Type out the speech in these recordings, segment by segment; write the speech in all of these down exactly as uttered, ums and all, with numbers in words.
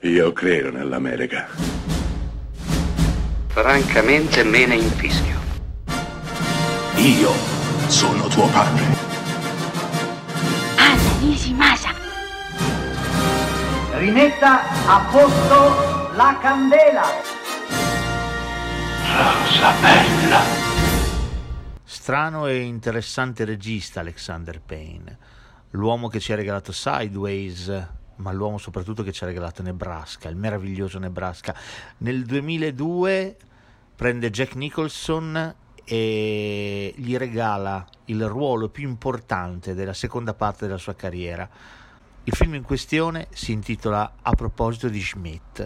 Io credo nell'America. Francamente me ne infischio. Io sono tuo padre. Anna Nishimasa. Rimetta a posto la candela. Rosa bella. Strano e interessante regista Alexander Payne, l'uomo che ci ha regalato Sideways, ma l'uomo soprattutto che ci ha regalato Nebraska, il meraviglioso Nebraska. Nel duemiladue prende Jack Nicholson e gli regala il ruolo più importante della seconda parte della sua carriera. Il film in questione si intitola A proposito di Schmidt.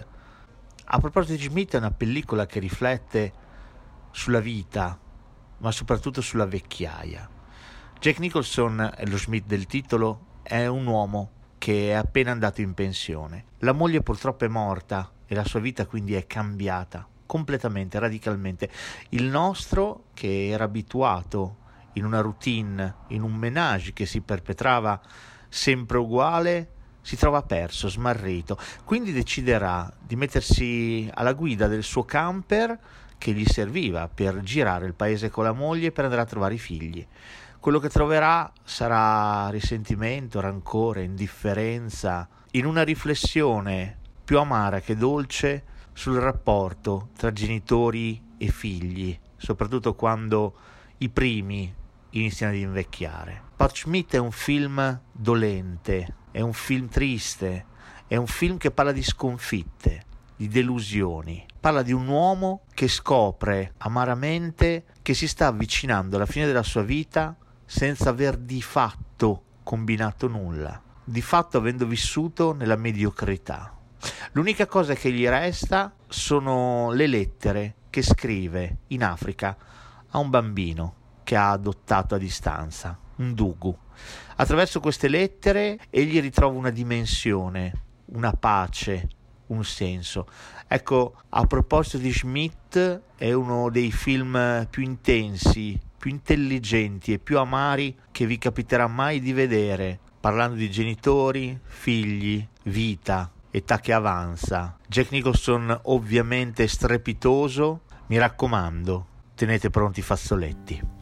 A proposito di Schmidt è una pellicola che riflette sulla vita, ma soprattutto sulla vecchiaia. Jack Nicholson, lo Schmidt del titolo, è un uomo che è appena andato in pensione. La moglie purtroppo è morta e la sua vita quindi è cambiata completamente, radicalmente. Il nostro, che era abituato in una routine, in un ménage che si perpetrava sempre uguale, si trova perso, smarrito. Quindi deciderà di mettersi alla guida del suo camper che gli serviva per girare il paese con la moglie e per andare a trovare i figli. Quello che troverà sarà risentimento, rancore, indifferenza, in una riflessione più amara che dolce sul rapporto tra genitori e figli, soprattutto quando i primi iniziano ad invecchiare. Pat Schmidt è un film dolente, è un film triste, è un film che parla di sconfitte, di delusioni. Parla di un uomo che scopre amaramente che si sta avvicinando alla fine della sua vita senza aver di fatto combinato nulla, di fatto avendo vissuto nella mediocrità. L'unica cosa che gli resta sono le lettere che scrive in Africa a un bambino che ha adottato a distanza, un Dugu. Attraverso queste lettere egli ritrova una dimensione, una pace, un senso. Ecco, a proposito di Schmidt, è uno dei film più intensi, più intelligenti e più amari che vi capiterà mai di vedere, parlando di genitori, figli, vita, età che avanza. Jack Nicholson ovviamente strepitoso. Mi raccomando, tenete pronti i fazzoletti.